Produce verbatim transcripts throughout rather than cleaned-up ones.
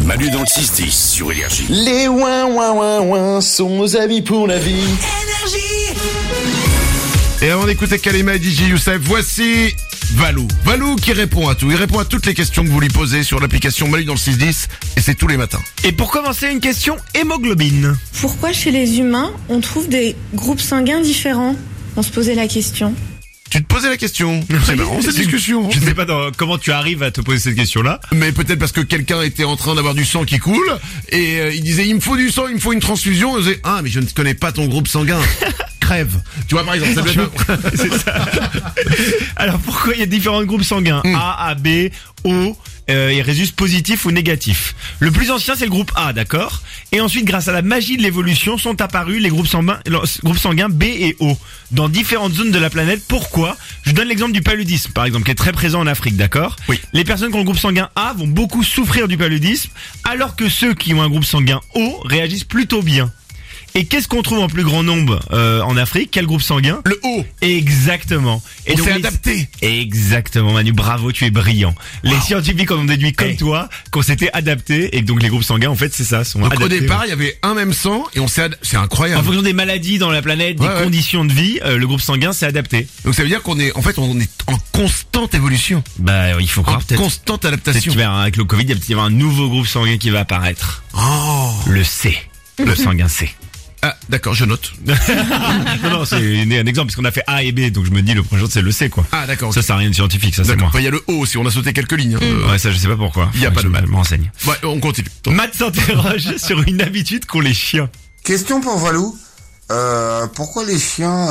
Manu dans le six dix sur Énergie. Les ouin ouin ouin ouin sont nos amis pour la vie. Énergie. Et avant d'écouter Kalima et D J Youssef, voici Valou. Valou qui répond à tout. Il répond à toutes les questions que vous lui posez sur l'application Manu dans le six dix et c'est tous les matins. Et pour commencer, une question hémoglobine. Pourquoi chez les humains, on trouve des groupes sanguins différents ? On se posait la question. Tu te posais la question. C'est marrant cette discussion. Je ne sais pas dans, comment tu arrives à te poser cette question-là. Mais peut-être parce que quelqu'un était en train d'avoir du sang qui coule et euh, il disait il me faut du sang, il me faut une transfusion. Et on disait ah mais je ne connais pas ton groupe sanguin. Crève. Tu vois par exemple. Ça doit être... C'est ça. Alors pourquoi il y a différents groupes sanguins mm. A, A B, O euh, et résus positif ou négatif. Le plus ancien c'est le groupe A, d'accord. Et ensuite grâce à la magie de l'évolution sont apparus les groupes sanguins, les groupes sanguins B et O dans différentes zones de la planète. Pourquoi ? Je donne l'exemple du paludisme par exemple qui est très présent en Afrique, d'accord. Oui. Les personnes qui ont le groupe sanguin A vont beaucoup souffrir du paludisme alors que ceux qui ont un groupe sanguin O réagissent plutôt bien. Et qu'est-ce qu'on trouve en plus grand nombre euh, en Afrique ? Quel groupe sanguin ? Le O. Exactement. Et on donc, s'est les... adapté. Exactement, Manu, bravo, tu es brillant. Wow. Les scientifiques en ont déduit comme hey. toi qu'on s'était adapté et que donc les groupes sanguins en fait c'est ça, sont donc adaptés. Au départ, il y avait un même sang et on s'est ad... c'est incroyable. En fonction des maladies dans la planète, des ouais, conditions ouais. de vie, euh, le groupe sanguin s'est adapté. Donc ça veut dire qu'on est en fait on est en constante évolution. Bah il faut croire en peut-être. Constante adaptation. Peut-être avec le Covid, il va y avoir un nouveau groupe sanguin qui va apparaître. Oh. Le C. Le sanguin C. Ah, d'accord, je note. non, non, c'est un exemple, puisqu'on a fait A et B, donc je me dis, le prochain, c'est le C, quoi. Ah, d'accord. Ça, okay. ça n'a rien de scientifique, ça, c'est moi. Enfin, il y a le O aussi, on a sauté quelques lignes. Hein. Mmh. Ouais, ça, je sais pas pourquoi. Il y a pas de mal. Je m'enseigne. Ouais, on continue. Matt s'interroge sur une habitude qu'ont les chiens. Question pour Valou. Euh, pourquoi les chiens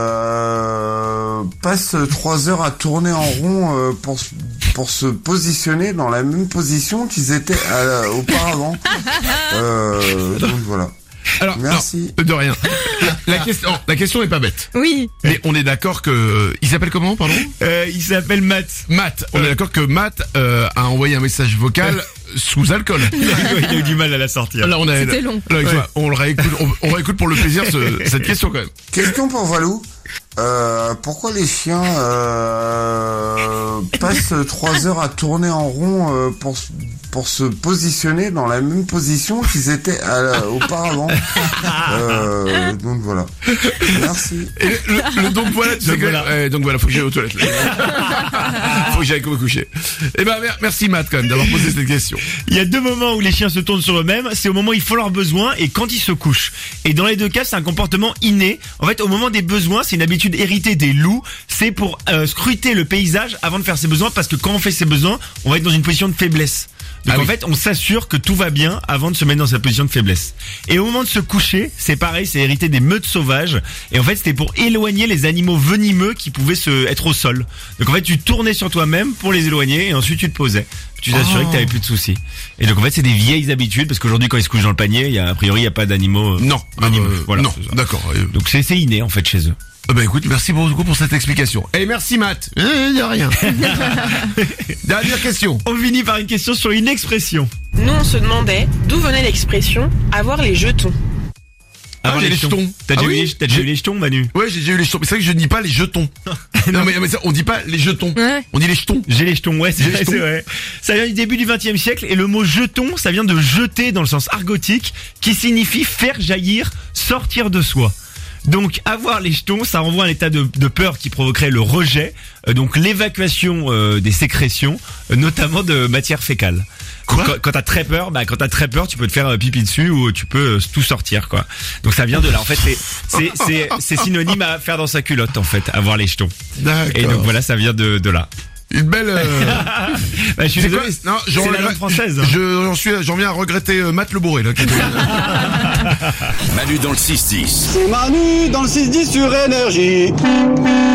euh, passent trois heures à tourner en rond euh, pour pour se positionner dans la même position qu'ils étaient euh, auparavant. euh, donc voilà. Alors, merci. Non, de rien. La, la question, la question est pas bête. Oui. Mais on est d'accord que il s'appelle comment, pardon euh, Il s'appelle Matt. Matt. On euh. est d'accord que Matt euh, a envoyé un message vocal sous alcool. Il a eu du mal à la sortir. Là, on a. C'était long. Là, ouais. On le réécoute. On, on réécoute pour le plaisir ce, cette question quand même. Question pour Valou. Euh, pourquoi les chiens euh, passent trois heures à tourner en rond euh, pour pour se positionner dans la même position qu'ils étaient à, auparavant. euh, donc voilà. Merci. Et le, le, le donc voilà, tu sais que, voilà. Euh, donc voilà, faut que j'aille aux toilettes. Là. Faut que j'aille me coucher. Eh ben merci Matt quand même d'avoir posé cette question. Il y a deux moments où les chiens se tournent sur eux-mêmes. C'est au moment où ils font leurs besoins et quand ils se couchent. Et dans les deux cas, c'est un comportement inné. En fait, au moment des besoins, c'est une habitude héritée des loups. C'est pour euh, scruter le paysage avant de faire ses besoins, parce que quand on fait ses besoins, on va être dans une position de faiblesse. Donc ah en oui. fait, on s'assure que tout va bien avant de se mettre dans sa position de faiblesse. Et au moment de se coucher, c'est pareil, c'est hérité des meutes sauvages. Et en fait, c'était pour éloigner les animaux venimeux qui pouvaient se être au sol. Donc en fait, tu tournais sur toi-même pour les éloigner et ensuite tu te posais. Tu t'assurais oh. que t'avais plus de soucis. Et donc en fait, c'est des vieilles habitudes parce qu'aujourd'hui, quand ils se couchent dans le panier, il y a a priori, il y a pas d'animaux. Euh, non, venimeux. Euh, voilà. Non, d'accord. Donc c'est c'est inné en fait chez eux. Bah écoute, merci beaucoup pour cette explication. Et merci Matt. Eh, de rien. Dernière question. On finit par une question sur une expression. Nous on se demandait d'où venait l'expression avoir les jetons. Ah, j'ai les jetons. jetons. T'as déjà, ah, oui eu, déjà eu les jetons, Manu? Ouais, j'ai déjà eu les jetons. Mais c'est vrai que je ne dis pas les jetons. non, mais, mais ça, on dit pas les jetons. Ouais. On dit les jetons. J'ai les jetons, ouais, c'est vrai, c'est vrai. Ça vient du début du vingtième siècle et le mot jeton, ça vient de jeter dans le sens argotique qui signifie faire jaillir, sortir de soi. Donc avoir les jetons, ça renvoie à un état de, de peur qui provoquerait le rejet, euh, donc l'évacuation euh, des sécrétions, euh, notamment de matière fécale. Quoi quand, quand t'as très peur, bah quand t'as très peur, tu peux te faire pipi dessus ou tu peux euh, tout sortir quoi. Donc ça vient de là. En fait, c'est c'est c'est, c'est synonyme à faire dans sa culotte en fait, avoir les jetons. D'accord. Et donc voilà, ça vient de de là. Une belle. Euh... bah, je suis désolé. Non, j'en c'est la langue française. Hein. Je, j'en suis, j'en viens à regretter euh, Matt le bourré là. Manu dans le six dix. C'est Manu dans le six dix sur Énergie.